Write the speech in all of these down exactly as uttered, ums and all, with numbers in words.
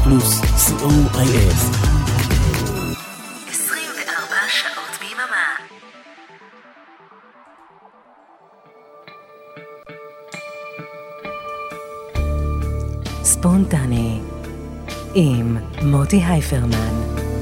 פלוס סי או איי אס. עשרים וארבע שעות ביממה. ספונטני עם מוטי הייפרמן.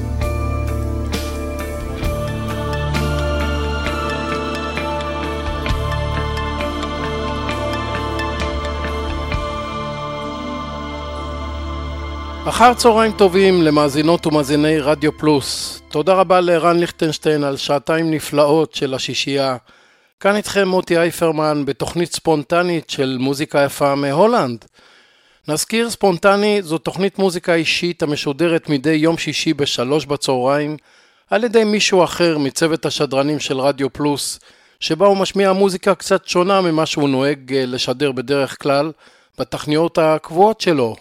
אחר צהריים טובים למאזינות ומאזיני רדיו פלוס. תודה רבה לרן ליכטנשטיין על שעתיים נפלאות של השישייה. כאן איתכם מוטי הייפרמן בתוכנית ספונטנית של מוזיקה יפה מהולנד. נזכיר, ספונטני זו תוכנית מוזיקה אישית המשודרת מדי יום שישי בשלוש בצהריים על ידי מישהו אחר מצוות השדרנים של רדיו פלוס, שבה הוא משמיע מוזיקה קצת שונה ממה שהוא נוהג לשדר בדרך כלל בתכניות הקבועות שלו.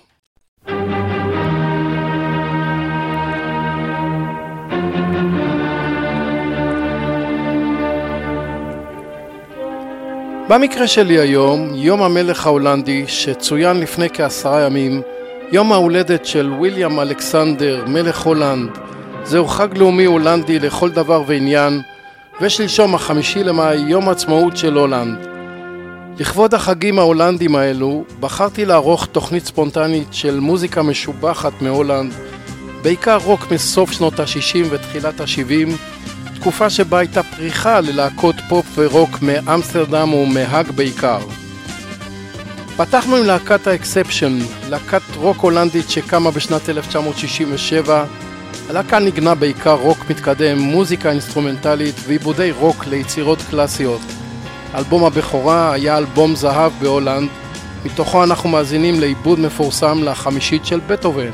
במקרה שלי היום, יום המלך ההולנדי שצוין לפני כעשרה ימים, יום ההולדת של וויליאם אלכסנדר, מלך הולנד. זהו חג לאומי הולנדי לכל דבר ועניין, ושלשום החמישי למאי, יום העצמאות של הולנד. לכבוד החגים ההולנדים האלו, בחרתי לערוך תוכנית ספונטנית של מוזיקה משובחת מהולנד, בעיקר רוק מסוף שנות ה-שישים ותחילת ה-שבעים, תקופה שבה הייתה פריחה ללהקות פופ ורוק מאמסטרדם ומהאג בעיקר. פתחנו עם להקת האקספשן, להקת רוק הולנדית שקמה בשנת אלף תשע מאות שישים ושבע. הלהקה נגנה בעיקר רוק מתקדם, מוזיקה אינסטרומנטלית ועיבודי רוק ליצירות קלאסיות. אלבום הבכורה היה אלבום זהב בהולנד, מתוכו אנחנו מאזינים לעיבוד מפורסם לחמישית של בטהובן.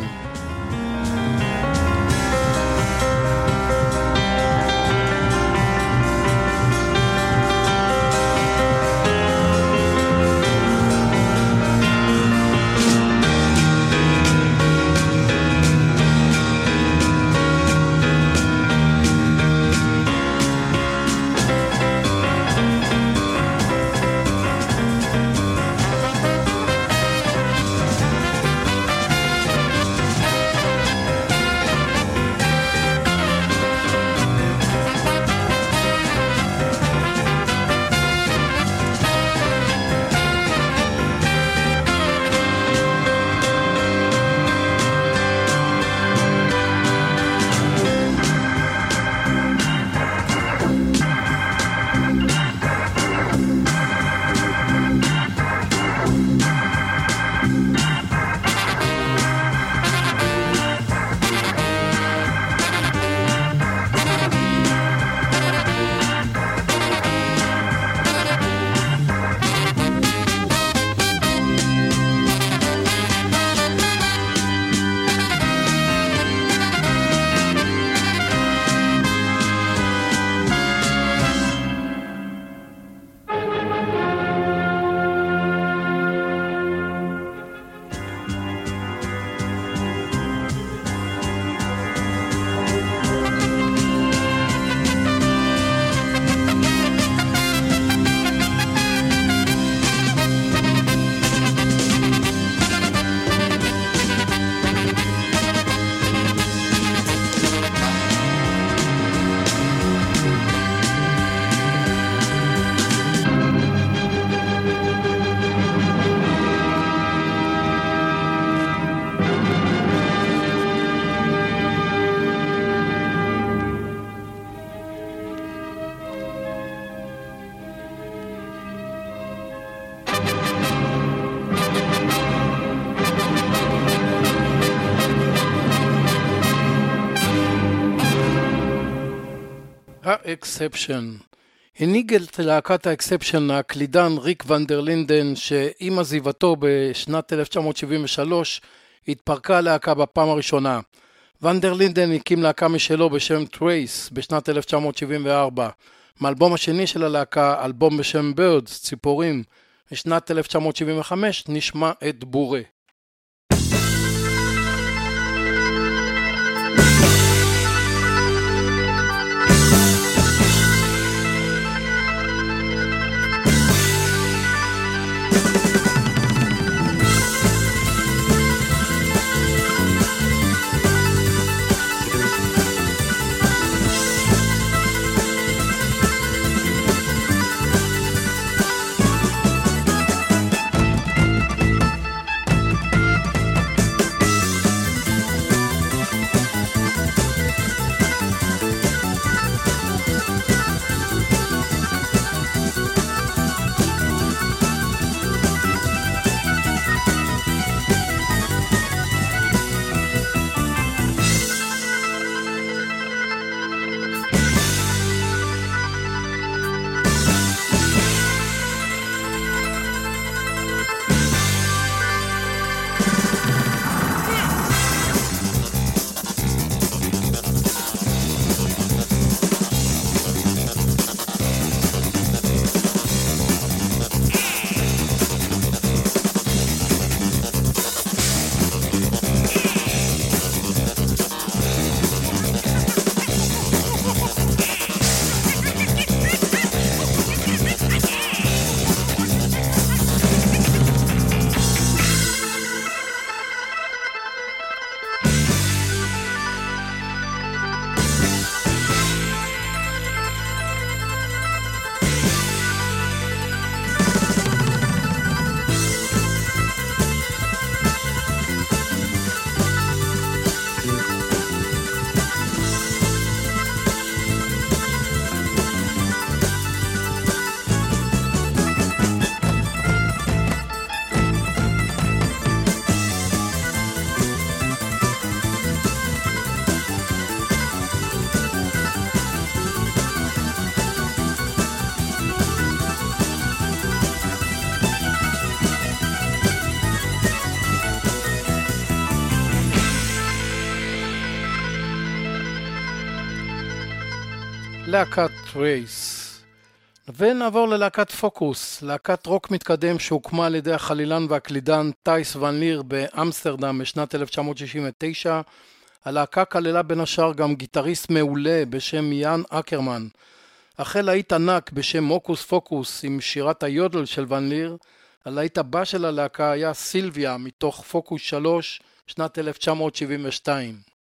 האקספשן. הנהיג את להקת האקספשן הקלידן ריק ונדר לינדן, שעם עזיבתו בשנת אלף תשע מאות שבעים ושלוש התפרקה הלהקה בפעם הראשונה. ונדר לינדן הקים להקה משלו בשם טרייס בשנת אלף תשע מאות שבעים וארבע. מאלבום השני של הלהקה, אלבום בשם בירדס, ציפורים, בשנת אלף תשע מאות שבעים וחמש נשמע את בורה. להקת רייס. ונעבור ללהקת פוקוס, להקת רוק מתקדם שהוקמה על ידי החלילן והקלידן טייס ון ליר באמסטרדם בשנת אלף תשע מאות שישים ותשע. הלהקה כללה בין השאר גם גיטריסט מעולה בשם יאן אקרמן. החל להיט ענק בשם הוקוס פוקוס עם שירת היודל של ון ליר. הלהיט הבא של הלהקה היה סילביה מתוך פוקוס שלוש שנת אלף תשע מאות שבעים ושתיים.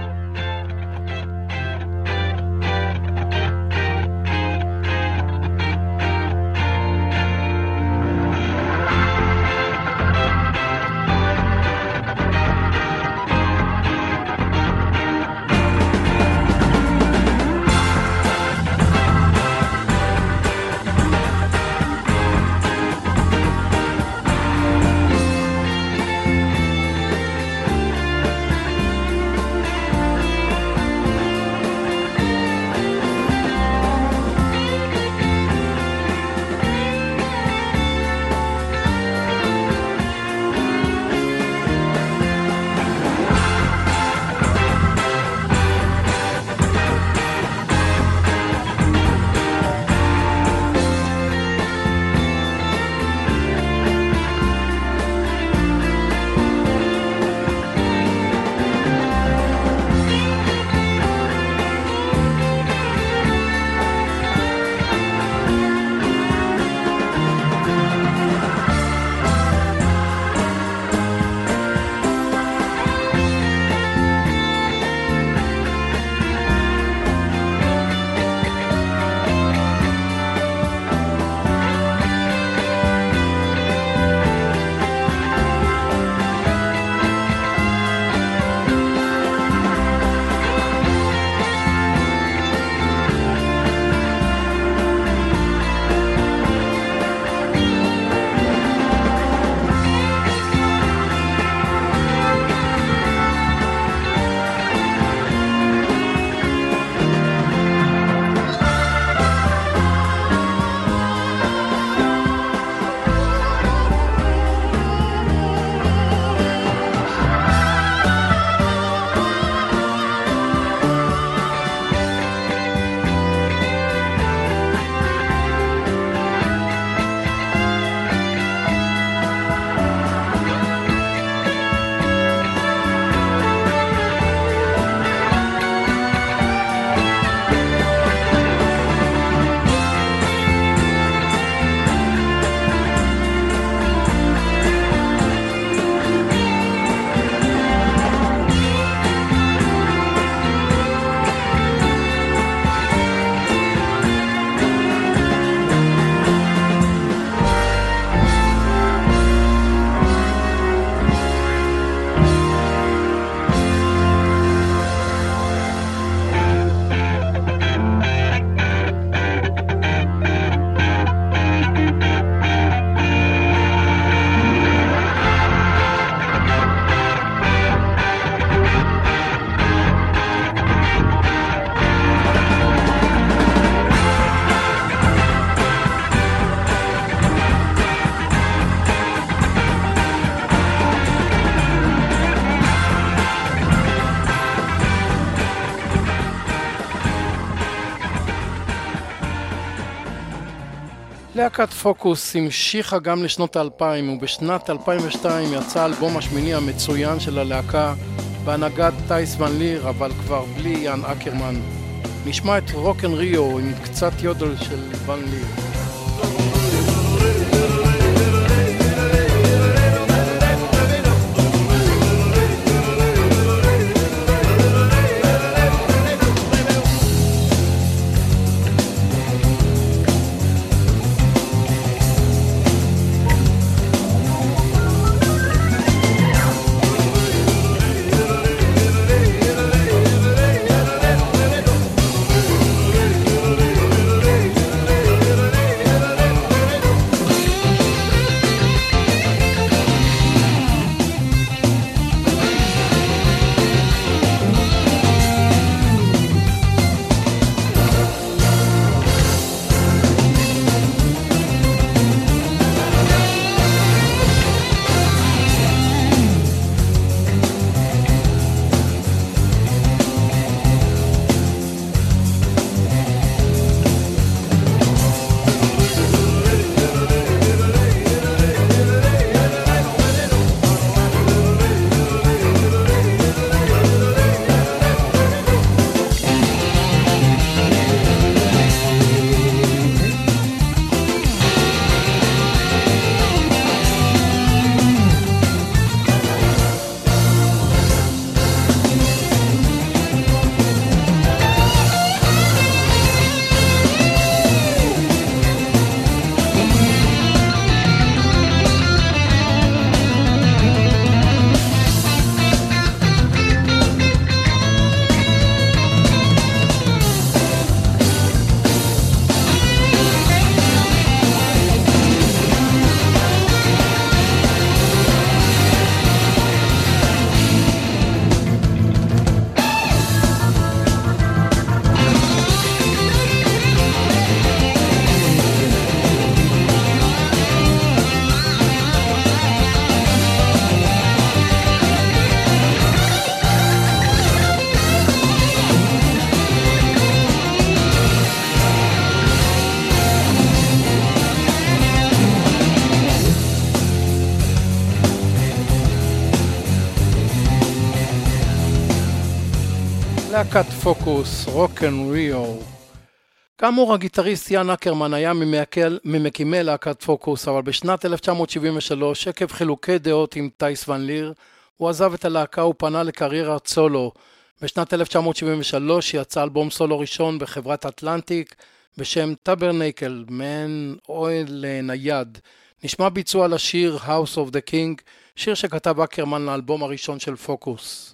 להקת פוקוס המשיכה גם לשנות האלפיים, ובשנת אלפיים ושתיים יצא האלבום השמיני המצוין של הלהקה בהנהגת טייס ון ליר, אבל כבר בלי יאן אקרמן. נשמע את רוקן ריו עם קצת יודל של ון ליר. Hey, להקת פוקוס, רוק אנד ריו. כאמור, הגיטריסט יאן אקרמן היה ממקימי להקת פוקוס, אבל בשנת אלף תשע מאות שבעים ושלוש, עקב חילוקי דעות עם טייס ון ליר, הוא עזב את הלהקה ופנה לקריירת סולו. בשנת אלף תשע מאות שבעים ושלוש יצא אלבום סולו ראשון בחברת אטלנטיק, בשם טאברנקל, מעין אוהל נייד. נשמע ביצוע לשיר House of the King, שיר שכתב אקרמן לאלבום הראשון של פוקוס.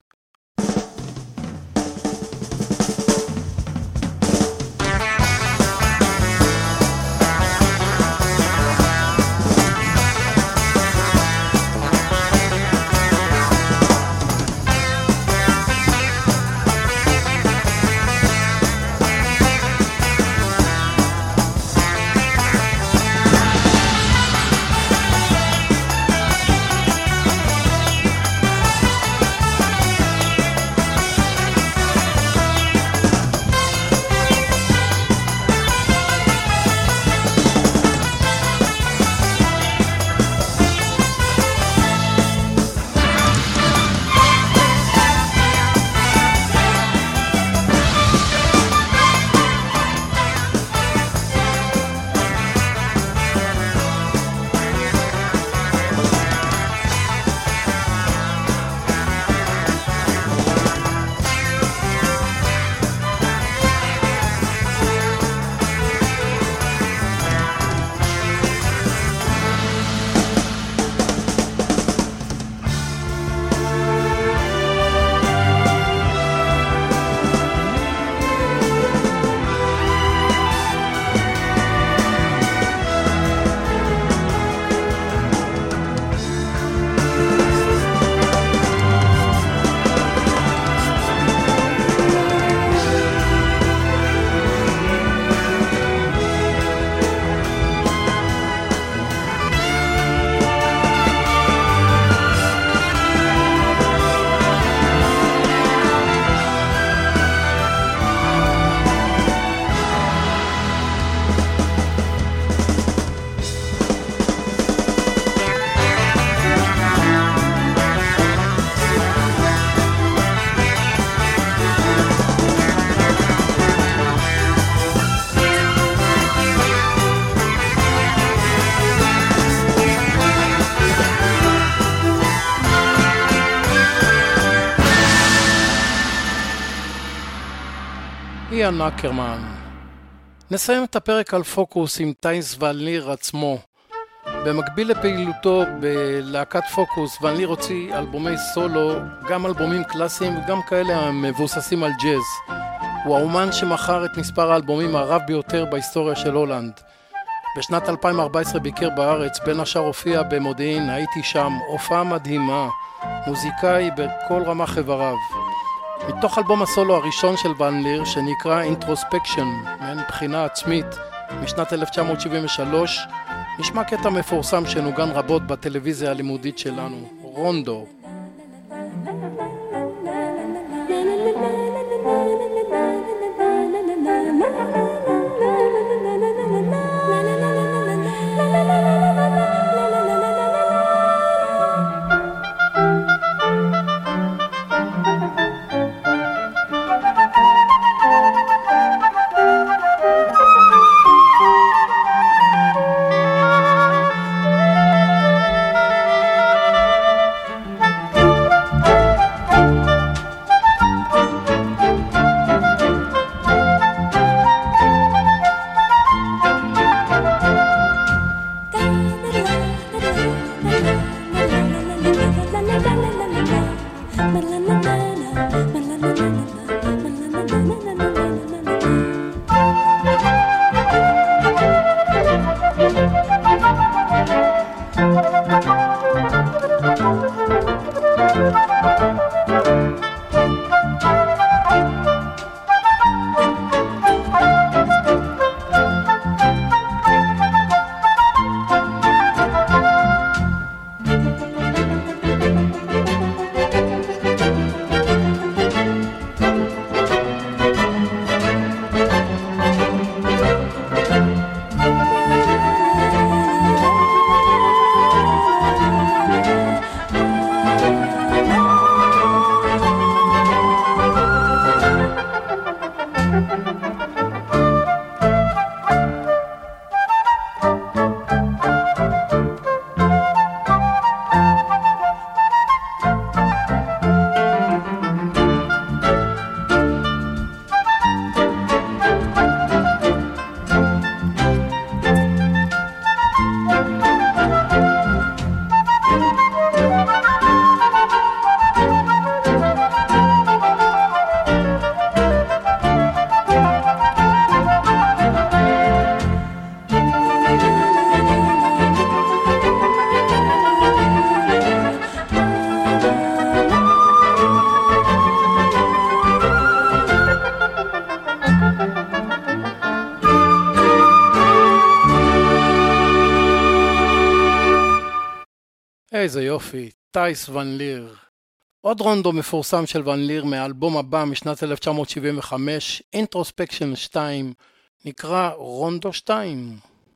יאן אקרמן. נסיים את הפרק על פוקוס עם טייס ון ליר עצמו. במקביל לפעילותו בלהקת פוקוס, ון ליר הוציא אלבומי סולו, גם אלבומים קלאסיים וגם כאלה המבוססים על ג'אז. הוא האומן שמכר את מספר האלבומים הרב ביותר בהיסטוריה של הולנד. בשנת אלפיים וארבע עשרה ביקר בארץ, בין השאר הופיע במודיעין, הייתי שם, הופעה מדהימה, מוזיקאי בכל רמה חבריו. מתוך אלבום הסולו הראשון של ון ליר, שנקרא Introspection, מעין בחינה עצמית, משנת אלף תשע מאות שבעים ושלוש, נשמע קטע מפורסם שנוגן רבות בטלוויזיה הלימודית שלנו, רונדו. איזה יופי, טייס ון ליר. עוד רונדו מפורסם של ון ליר מהאלבום הבא משנת אלף תשע מאות שבעים וחמש, אינטרוספקשן שתיים, נקרא רונדו שתיים.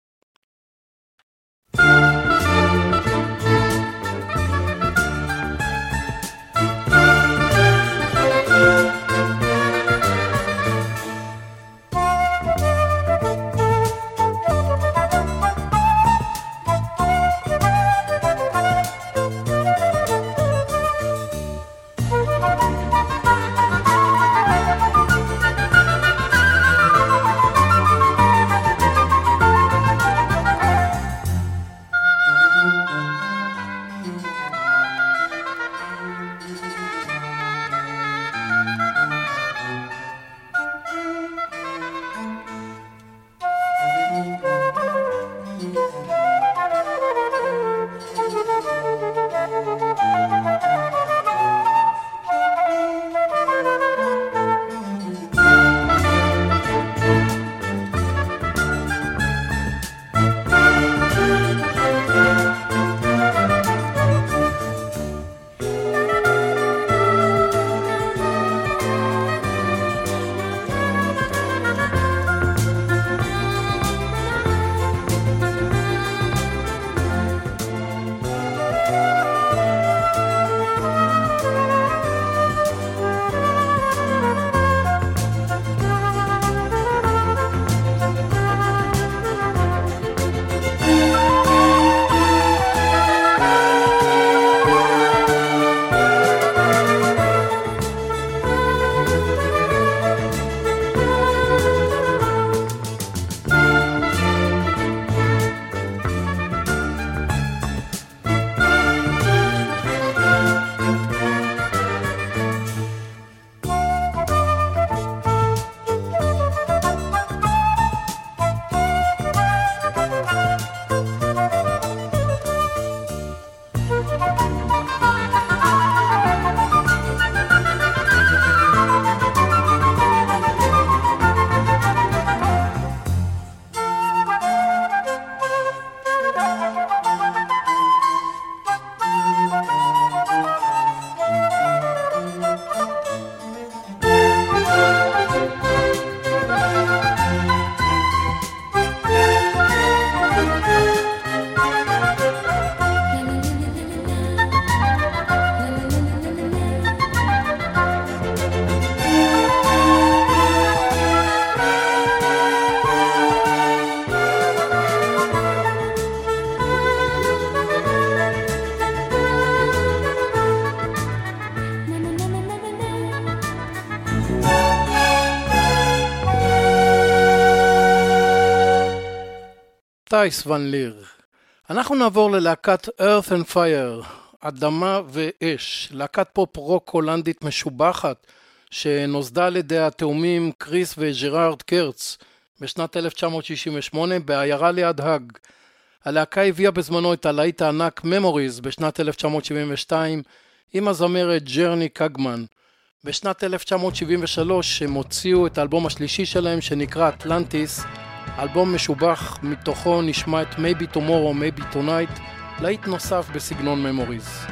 טייס ון ליר. אנחנו נעבור ללהקת Earth and Fire, אדמה ואש, להקת פופ רוק הולנדית משובחת שנוסדה על ידי התאומים קריס וג'רארד קרץ בשנת אלף תשע מאות שישים ושמונה בעיירה ליד האג. הלהקה הביאה בזמנו את הלהיט הענק Memories בשנת אלף תשע מאות שבעים ושתיים עם הזמרת ג'רני קגמן. בשנת אלף תשע מאות שבעים ושלוש הם הוציאו את האלבום השלישי שלהם שנקרא אטלנטיס, אלבום משובח, מתוכו נשמע את Maybe Tomorrow, Maybe Tonight, להיט נוסף בסגנון Memories.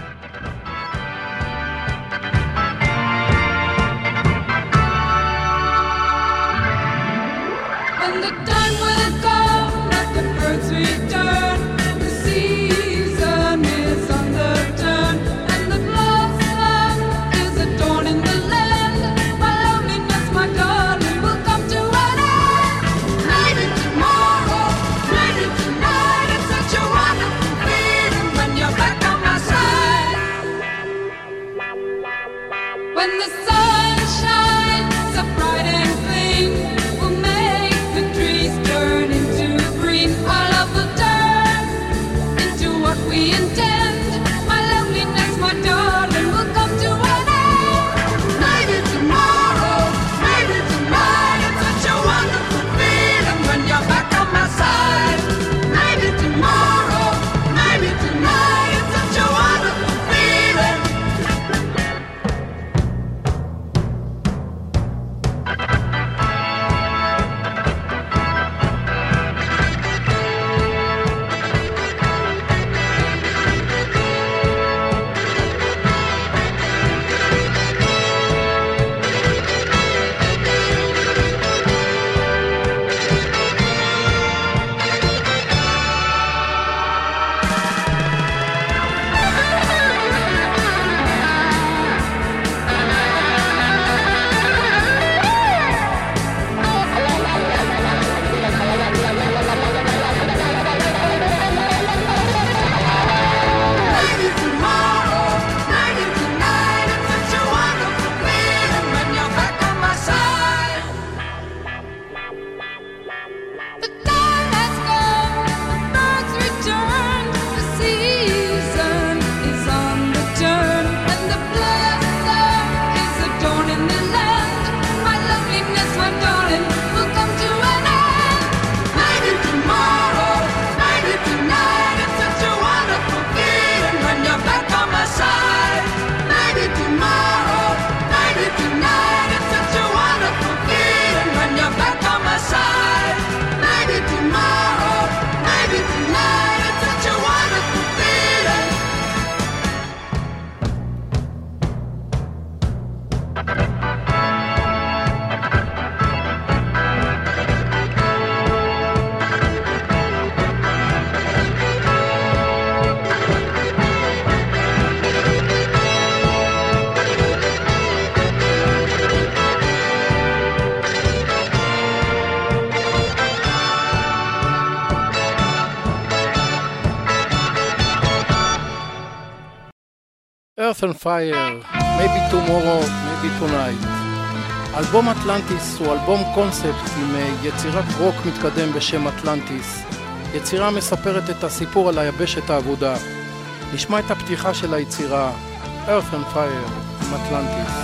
When the time will come that the birds return, the season is on the turn, and the blossom is adorning the land. My loneliness, my darling, will come to an end. Maybe tomorrow, maybe tonight, it's such a wonderful feeling when you're back on my side. When the sun shines so bright and clean, we'll make the trees turn into green. Our love will turn into what we intend. My loneliness, my darling, will come to an end. Maybe tomorrow, maybe tonight, it's such a wonderful feeling when you're back on my side. Maybe tomorrow, maybe tonight, it's such a wonderful feeling. Earth and Fire, Maybe Tomorrow, Maybe Tonight. אלבום אטלנטיס הוא אלבום קונספט עם יצירת רוק מתקדם בשם אטלנטיס. יצירה מספרת את הסיפור על היבשת האבודה. נשמע את הפתיחה של היצירה, Earth and Fire עם אטלנטיס.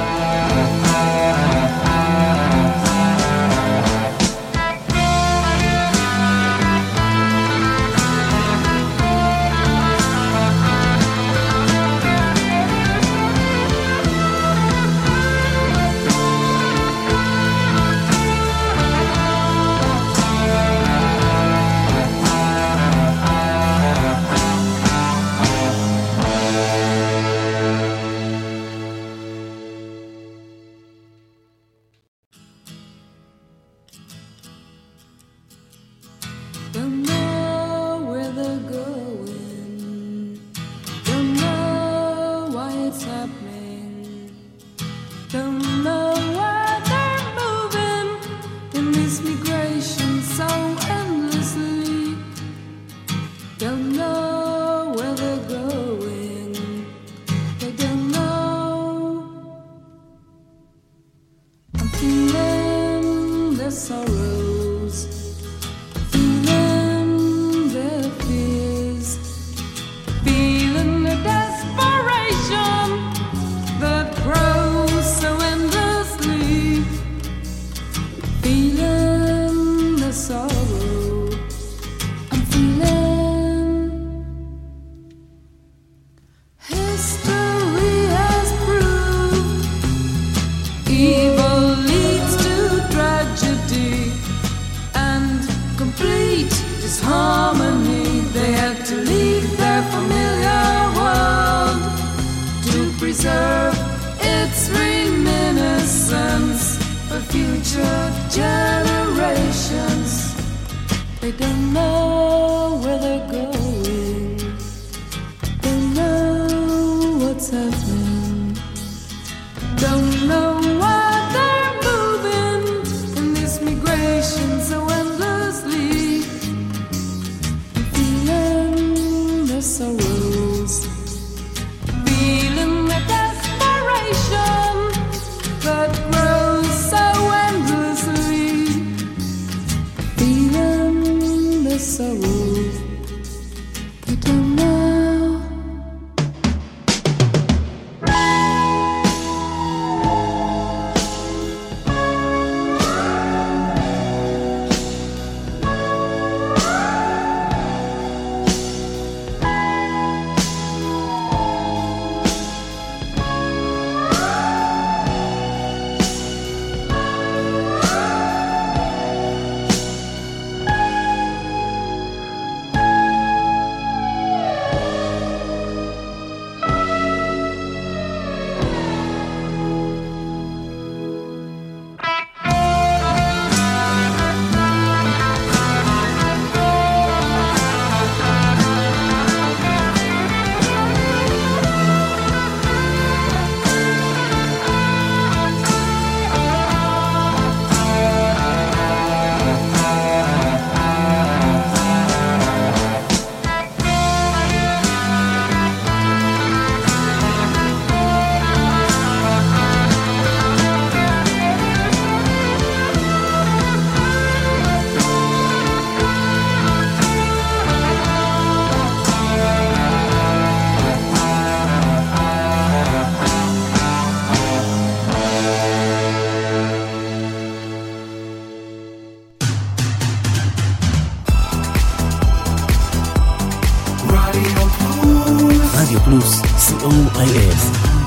רדיו פלוס, סי או איי אס.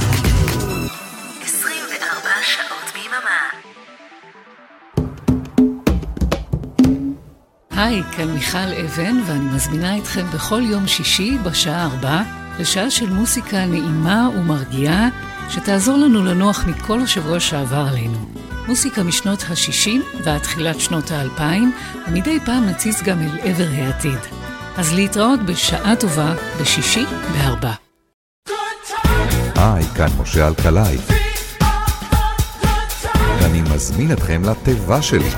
עשרים וארבע שעות ביממה. היי, כאן מיכל אבן, ואני מזמינה אתכם בכל יום שישי בשעה ארבע לשעה של מוסיקה נעימה ומרגיעה שתעזור לנו לנוח מכל השבוע שעבר עלינו. מוסיקה משנות ה-שישים ועד תחילת שנות ה-אלפיים, ומדי פעם נציץ גם אל עבר העתיד. אז להתראות בשעה טובה בשישי בארבע. היי, כאן משה אלקלעי. ואני מזמין אתכם לתיבה שלי.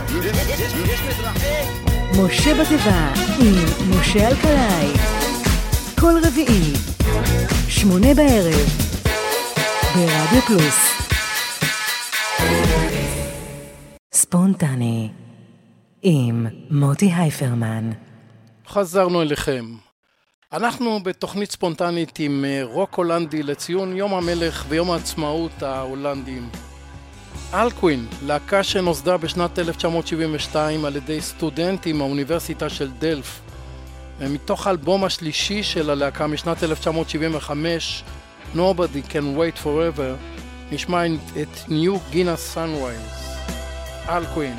משה בתיבה עם משה אלקלעי. כל רביעי, שמונה בערב, ברדיו פלוס. ספונטני עם מוטי הייפרמן. חזרנו אליכם. אנחנו בתוכנית ספונטנית עם רוק הולנדי לציון יום המלך ויום העצמאות ההולנדים. אלקווין, להקה שנוסדה בשנת אלף תשע מאות שבעים ושתיים על ידי סטודנטים מהאוניברסיטה של דלף, ומתוך האלבום השלישי של הלהקה משנת אלף תשע מאות שבעים וחמש, Nobody Can Wait Forever, נשמע את New Guinness Sunrise. אלקווין.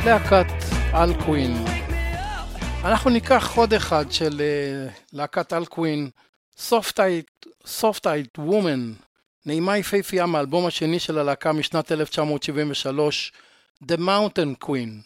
להקת אלקווין. אנחנו ניקח עוד אחד של uh, להקת אלקווין, Soft Eyed Woman, נעימה יפהפייה מהאלבום השני של הלהקה משנת אלף תשע מאות שבעים ושלוש, The Mountain Queen.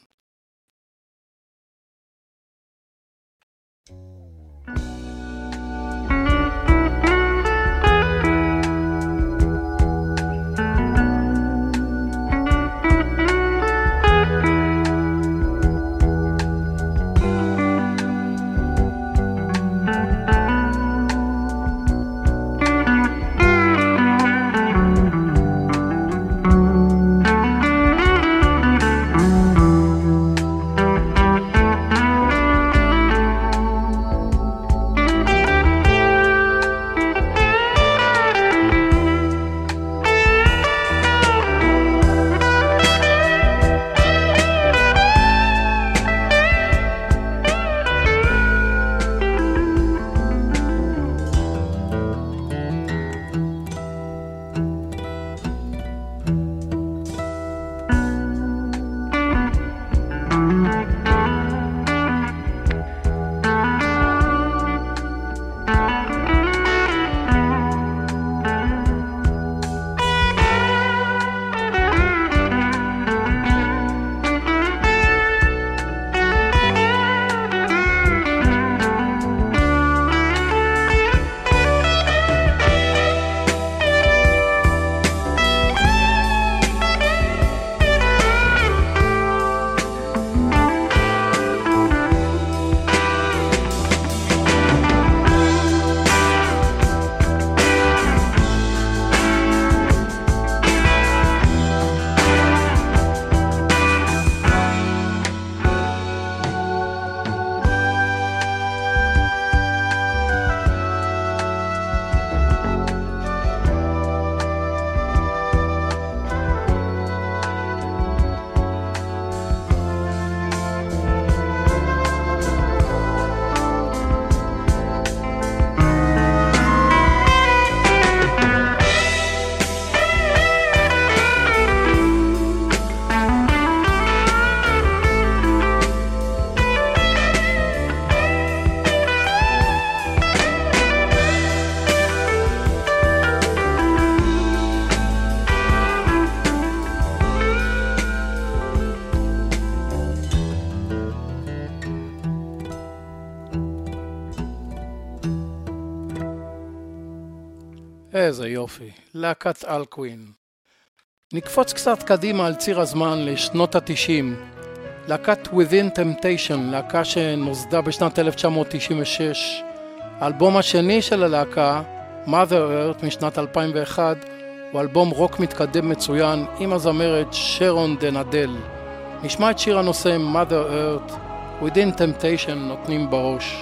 איזה יופי, להקת אלקווין. נקפוץ קצת קדימה על ציר הזמן לשנות התשעים. להקת Within Temptation, להקה שנוסדה בשנת אלף תשע מאות תשעים ושש. האלבום השני של הלהקה, Mother Earth משנת אלפיים ואחת, הוא אלבום רוק מתקדם מצוין עם הזמרת שרון דנדל. נשמע את שיר הנושא Mother Earth, Within Temptation נותנים בראש.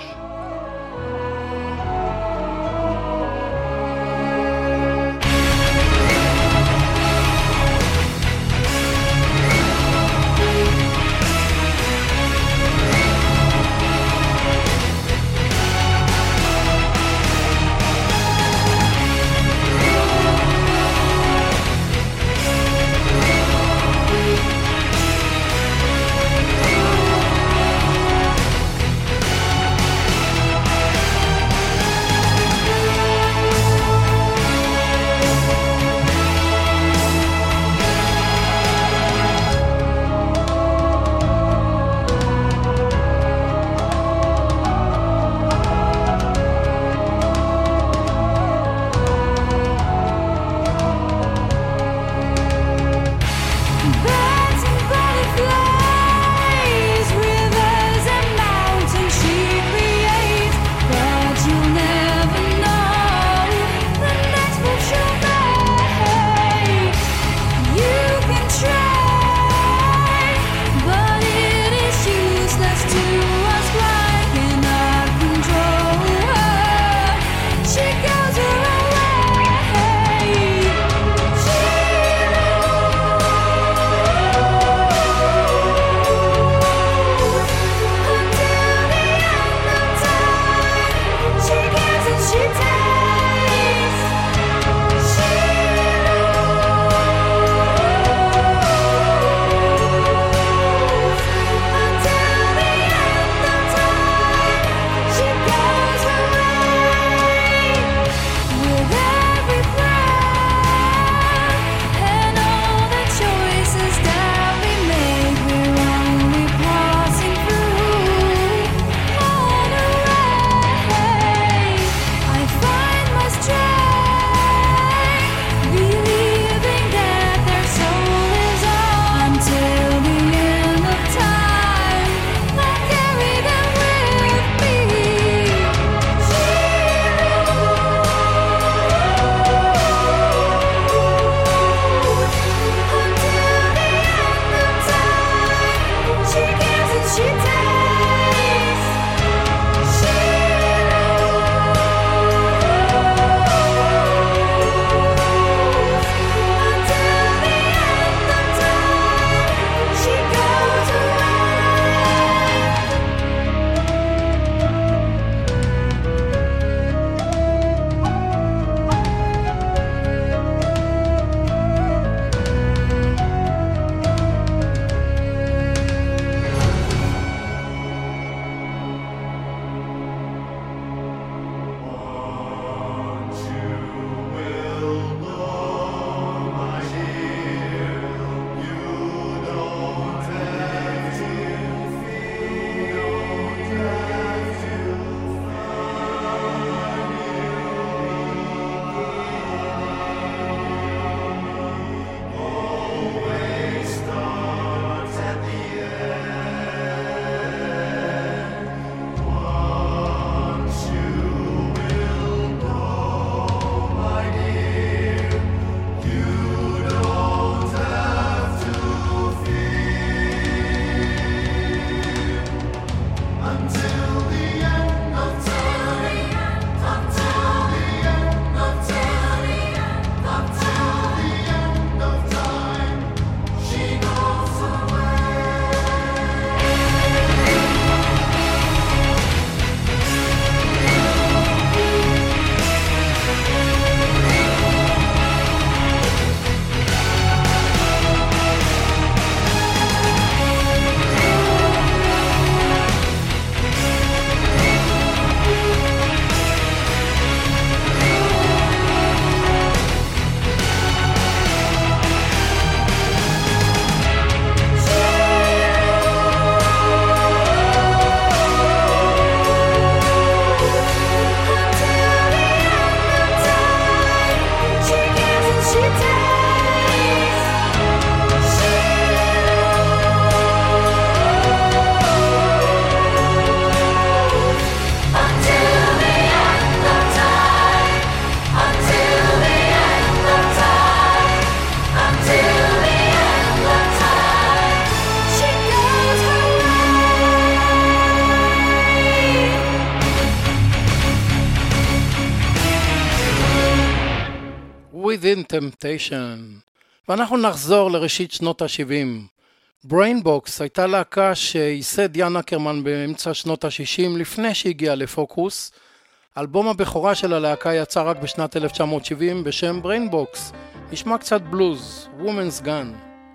Within Temptation. ואנחנו נחזור לראשית שנות ה-שבעים. בריינבוקס הייתה להקה שייסד יאן אקרמן באמצע שנות ה-שישים לפני שהגיעה לפוקוס. אלבום הבכורה של הלהקה יצא רק בשנת אלף תשע מאות שבעים בשם בריינבוקס. נשמע קצת בלוז, Woman's Gun.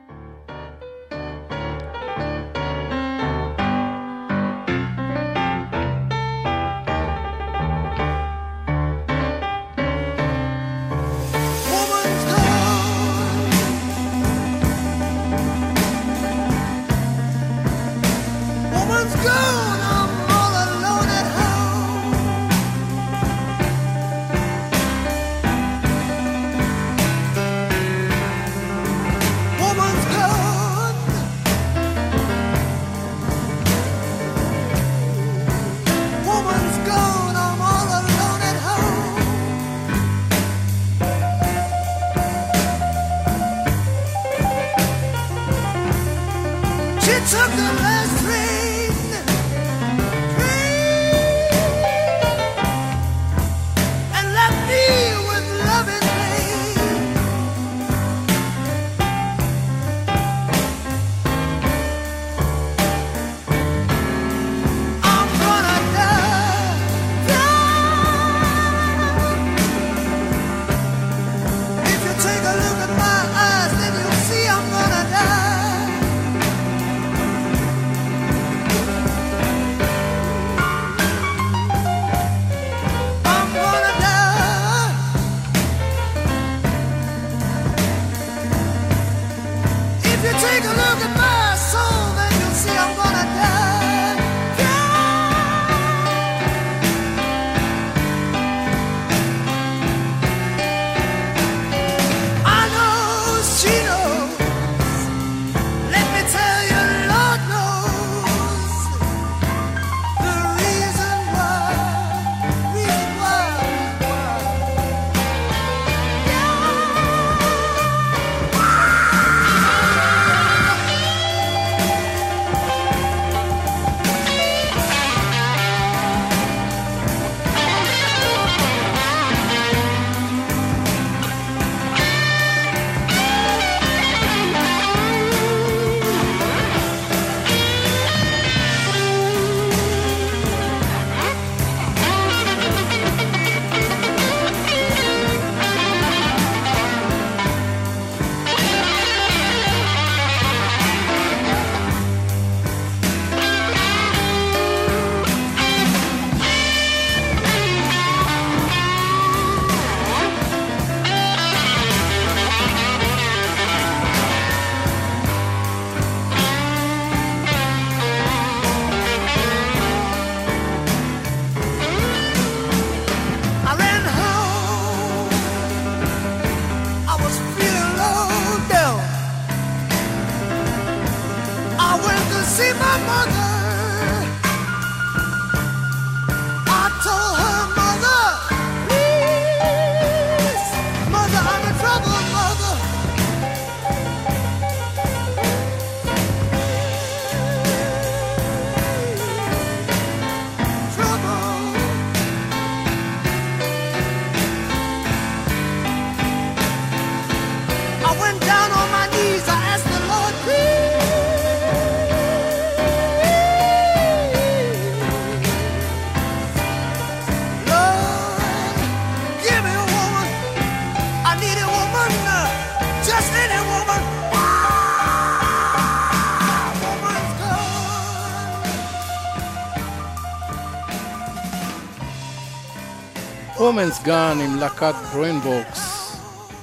Woman's Gun עם להקת בריינבוקס.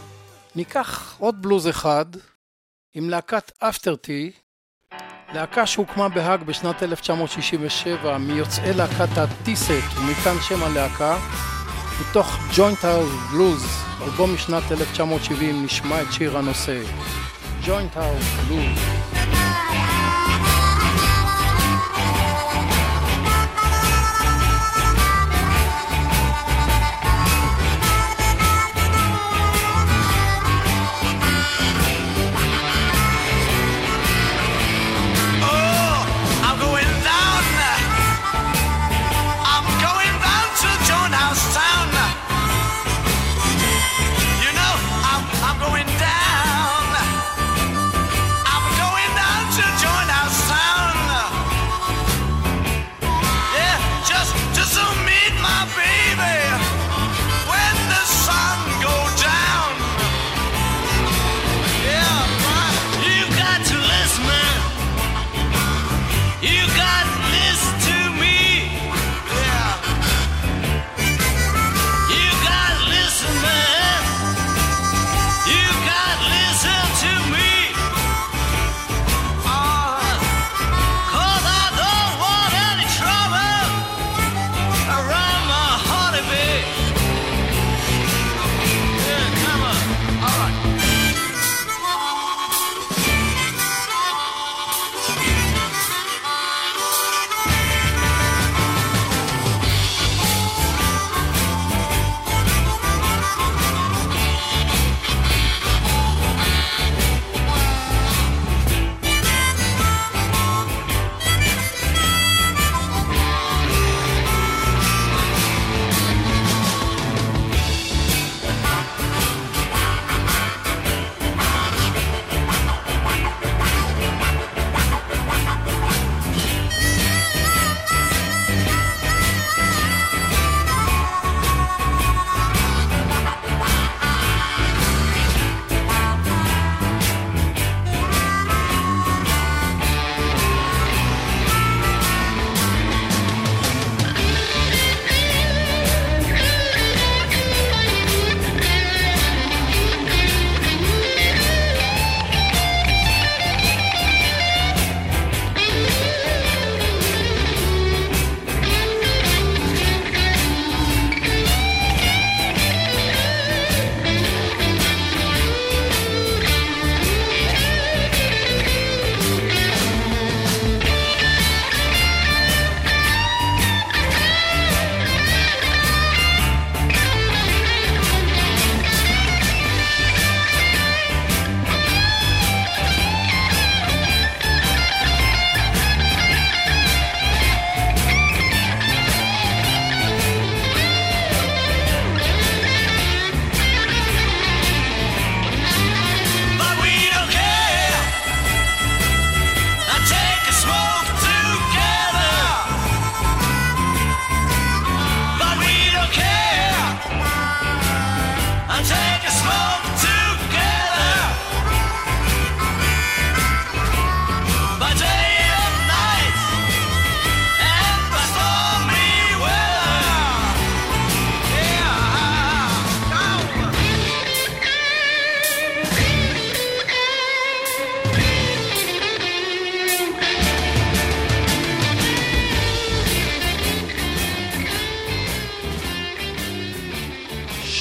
ניקח עוד בלוז אחד עם להקת Aftertea, להקה שהוקמה בהאג בשנת אלף תשע מאות שישים ושבע מיוצאי להקת הטיסט, ומכאן שם הלהקה, מתוך Joint House Blues, אלבום משנת אלף תשע מאות שבעים. נשמע את שיר הנושא Joint House Blues. Town. You know, I'm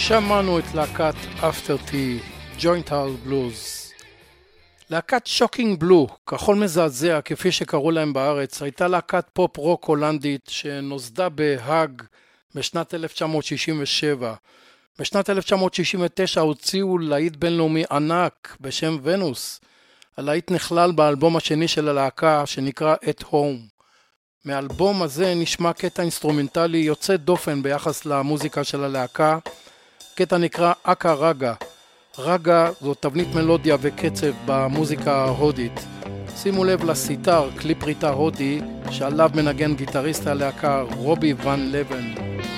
שמענו את להקת After Tea, Joint House Blues. להקת שוקינג בלו, כחול מזעזע כפי שקראו להם בארץ, הייתה להקת פופ רוק הולנדית שנוסדה בהאג בשנת אלף תשע מאות שישים ושבע. בשנת אלף תשע מאות שישים ותשע הוציאו להיט בינלאומי ענק בשם ונוס. הלהיט נכלל באלבום השני של הלהקה שנקרא At Home. מהאלבום הזה נשמע קטע אינסטרומנטלי יוצא דופן ביחס למוזיקה של הלהקה. קטע נקרא אקה רגה. רגה זו תבנית מלודיה וקצב במוזיקה ההודית. שימו לב לסיטר, קליפ ריטה הודי, שעליו מנגן גיטריסט הלהקה רובי ון לבן.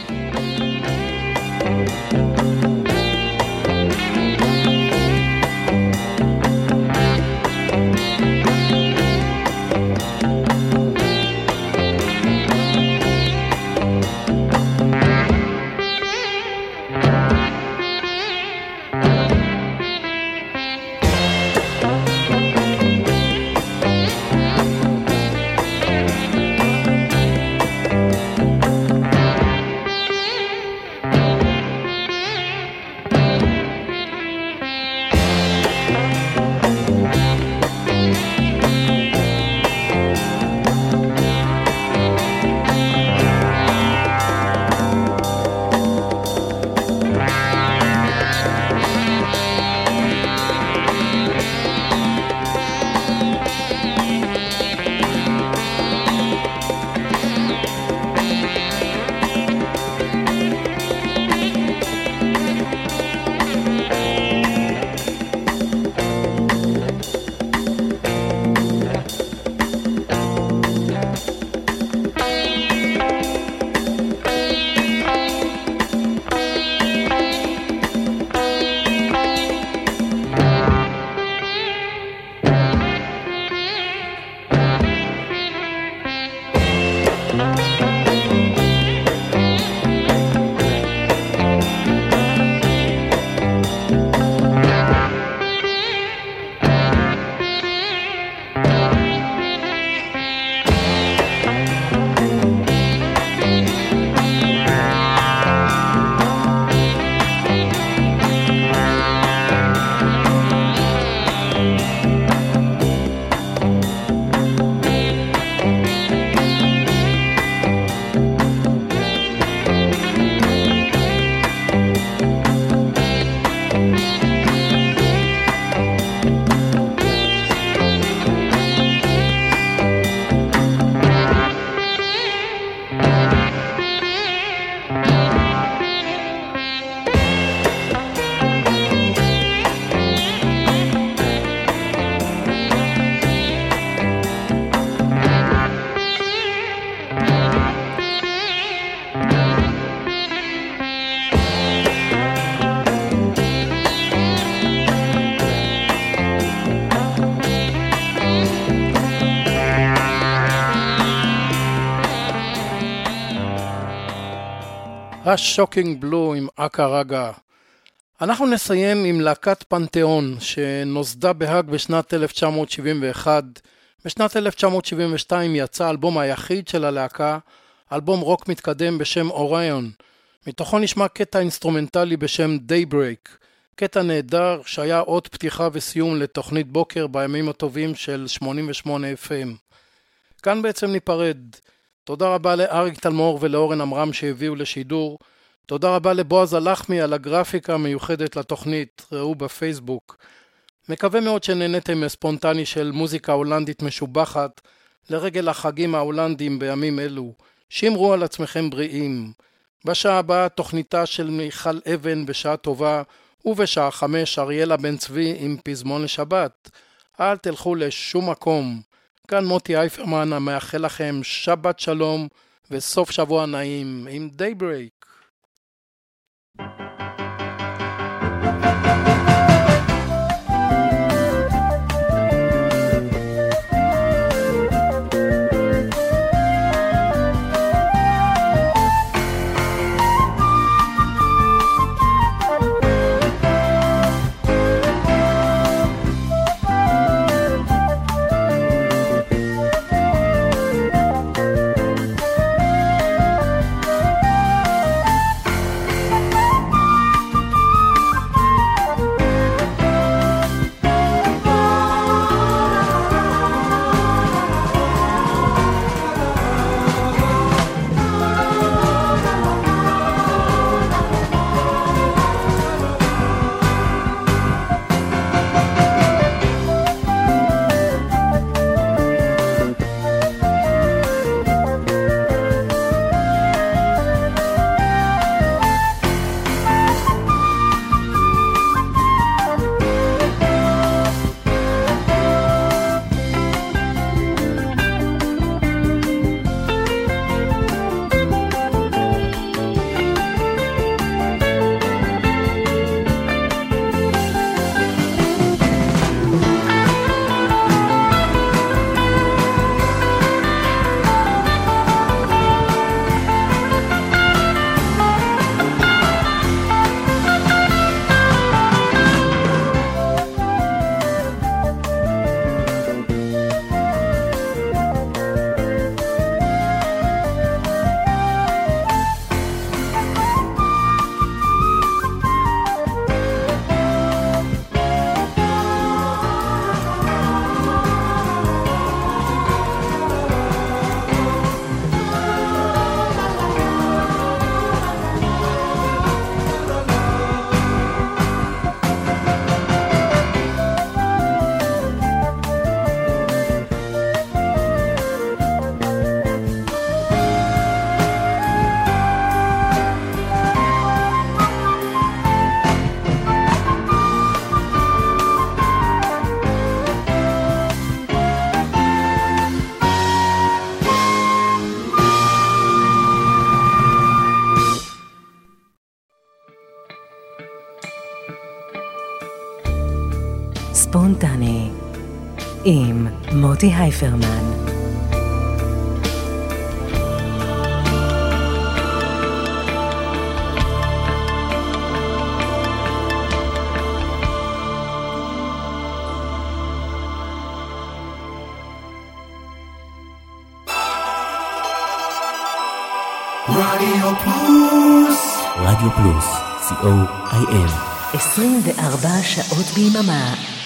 השוקינג בלו עם אקה רגה. אנחנו נסיים עם להקת פנתיאון שנוסדה בהאג בשנת אלף תשע מאות שבעים ואחת. בשנת אלף תשע מאות שבעים ושתיים יצא האלבום היחיד של הלהקה, אלבום רוק מתקדם בשם אוריון. מתוכו נשמע קטע אינסטרומנטלי בשם Daybreak. קטע נהדר שהיה עוד פתיחה וסיום לתוכנית בוקר בימים הטובים של שמונים ושמונה אף אם. כאן בעצם ניפרד. תודה רבה לאריק תלמור ולאורן אמרם שהביאו לשידור. תודה רבה לבועז הלחמי על הגרפיקה המיוחדת לתוכנית, ראו בפייסבוק. מקווה מאוד שנהנתם מספונטני של מוזיקה הולנדית משובחת לרגל החגים ההולנדים בימים אלו. שמרו על עצמכם בריאים. בשעה הבאה תוכניתה של מיכל אבן בשעה טובה, ובשעה חמש אריאלה בן צבי עם פזמון לשבת. אל תלכו לשום מקום. כאן מוטי אייפרמן המאחל לכם שבת שלום וסוף שבוע נעים עם Daybreak. ספונטני עם מוטי הייפרמן. רדיו פלוס, רדיו פלוס, סי או איי אל. עשרים וארבע שעות ביממה.